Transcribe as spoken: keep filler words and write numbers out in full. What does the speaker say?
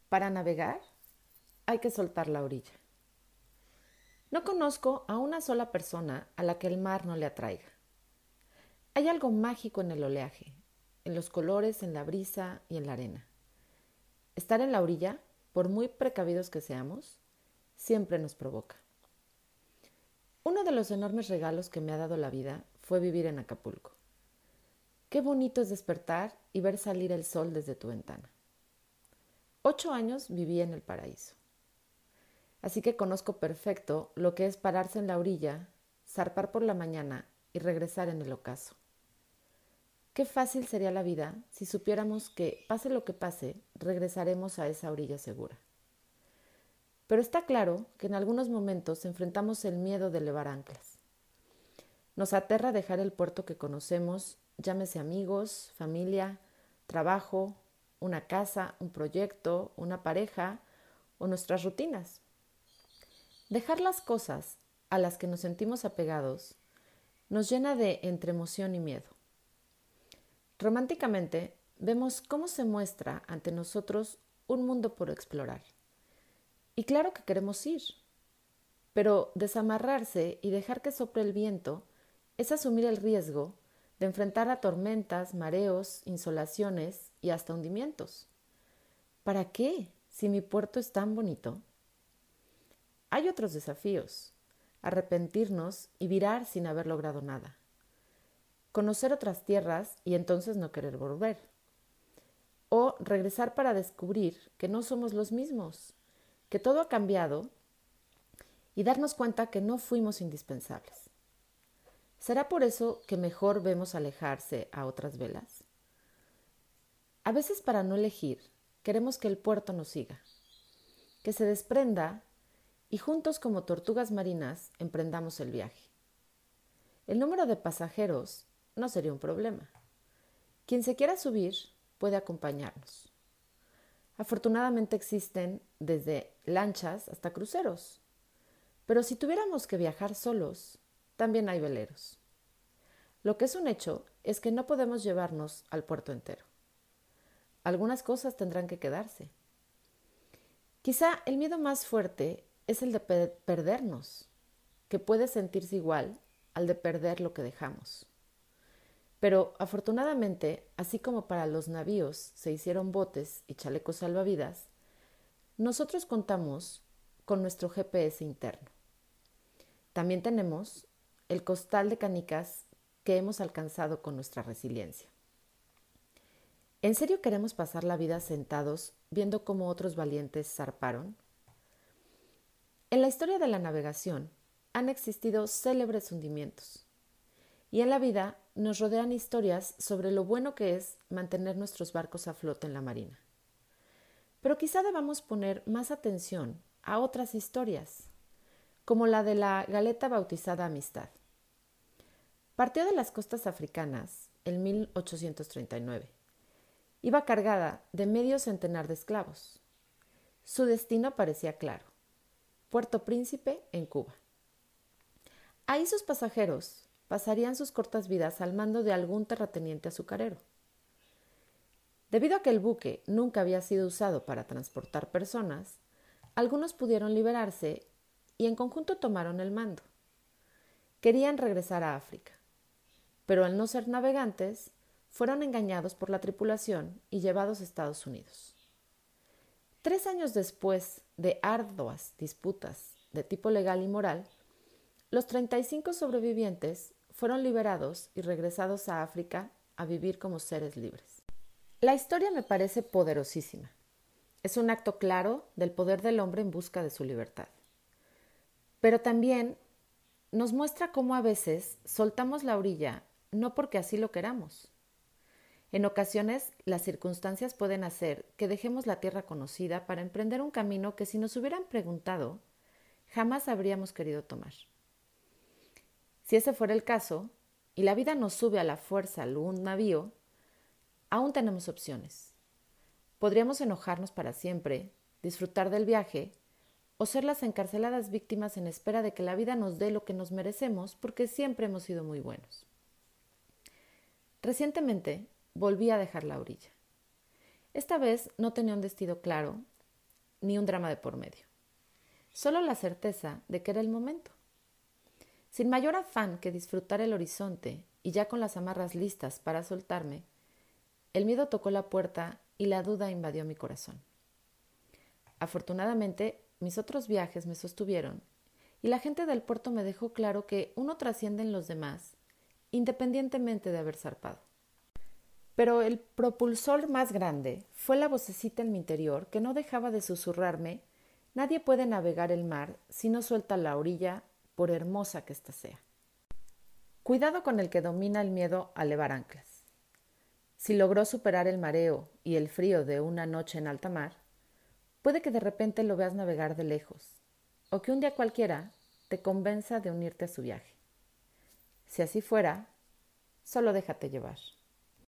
Para navegar hay que soltar la orilla. No conozco a una sola persona a la que el mar no le atraiga. Hay algo mágico en el oleaje, en los colores, en la brisa y en la arena. Estar en la orilla, por muy precavidos que seamos, siempre nos provoca. Uno de los enormes regalos que me ha dado la vida fue vivir en Acapulco. Qué bonito es despertar y ver salir el sol desde tu ventana. Ocho años viví en el paraíso. Así que conozco perfecto lo que es pararse en la orilla, zarpar por la mañana y regresar en el ocaso. Qué fácil sería la vida si supiéramos que, pase lo que pase, regresaremos a esa orilla segura. Pero está claro que en algunos momentos enfrentamos el miedo de elevar anclas. Nos aterra dejar el puerto que conocemos, llámese amigos, familia, trabajo, una casa, un proyecto, una pareja o nuestras rutinas. Dejar las cosas a las que nos sentimos apegados nos llena de entre emoción y miedo. Románticamente, vemos cómo se muestra ante nosotros un mundo por explorar. Y claro que queremos ir, pero desamarrarse y dejar que sople el viento es asumir el riesgo de enfrentar a tormentas, mareos, insolaciones y hasta hundimientos. ¿Para qué, si mi puerto es tan bonito? Hay otros desafíos: arrepentirnos y virar sin haber logrado nada. Conocer otras tierras y entonces no querer volver. O regresar para descubrir que no somos los mismos, que todo ha cambiado y darnos cuenta que no fuimos indispensables. ¿Será por eso que mejor vemos alejarse a otras velas? A veces, para no elegir, queremos que el puerto nos siga, que se desprenda y juntos como tortugas marinas emprendamos el viaje. El número de pasajeros no sería un problema. Quien se quiera subir puede acompañarnos. Afortunadamente existen desde lanchas hasta cruceros, pero si tuviéramos que viajar solos, también hay veleros. Lo que es un hecho es que no podemos llevarnos al puerto entero. Algunas cosas tendrán que quedarse. Quizá el miedo más fuerte es el de pe- perdernos, que puede sentirse igual al de perder lo que dejamos. Pero afortunadamente, así como para los navíos se hicieron botes y chalecos salvavidas, nosotros contamos con nuestro G P S interno. También tenemos el costal de canicas que hemos alcanzado con nuestra resiliencia. ¿En serio queremos pasar la vida sentados viendo cómo otros valientes zarparon? En la historia de la navegación han existido célebres hundimientos. Y en la vida nos rodean historias sobre lo bueno que es mantener nuestros barcos a flote en la marina. Pero quizá debamos poner más atención a otras historias, como la de la galeta bautizada Amistad. Partió de las costas africanas en mil ochocientos treinta y nueve. Iba cargada de medio centenar de esclavos. Su destino parecía claro: Puerto Príncipe, en Cuba. Ahí sus pasajeros pasarían sus cortas vidas al mando de algún terrateniente azucarero. Debido a que el buque nunca había sido usado para transportar personas, algunos pudieron liberarse y en conjunto tomaron el mando. Querían regresar a África, pero al no ser navegantes, fueron engañados por la tripulación y llevados a Estados Unidos. Tres años después de arduas disputas de tipo legal y moral, los treinta y cinco sobrevivientes fueron liberados y regresados a África a vivir como seres libres. La historia me parece poderosísima. Es un acto claro del poder del hombre en busca de su libertad. Pero también nos muestra cómo a veces soltamos la orilla no porque así lo queramos. En ocasiones, las circunstancias pueden hacer que dejemos la tierra conocida para emprender un camino que, si nos hubieran preguntado, jamás habríamos querido tomar. Si ese fuera el caso, y la vida nos sube a la fuerza a un navío, aún tenemos opciones. Podríamos enojarnos para siempre, disfrutar del viaje, o ser las encarceladas víctimas en espera de que la vida nos dé lo que nos merecemos, porque siempre hemos sido muy buenos. Recientemente volví a dejar la orilla. Esta vez no tenía un destino claro, ni un drama de por medio. Solo la certeza de que era el momento. Sin mayor afán que disfrutar el horizonte y ya con las amarras listas para soltarme, el miedo tocó la puerta y la duda invadió mi corazón. Afortunadamente, mis otros viajes me sostuvieron y la gente del puerto me dejó claro que uno trasciende en los demás, independientemente de haber zarpado. Pero el propulsor más grande fue la vocecita en mi interior que no dejaba de susurrarme: nadie puede navegar el mar si no suelta la orilla, por hermosa que ésta sea. Cuidado con el que domina el miedo a levar anclas. Si logró superar el mareo y el frío de una noche en alta mar, puede que de repente lo veas navegar de lejos, o que un día cualquiera te convenza de unirte a su viaje. Si así fuera, solo déjate llevar.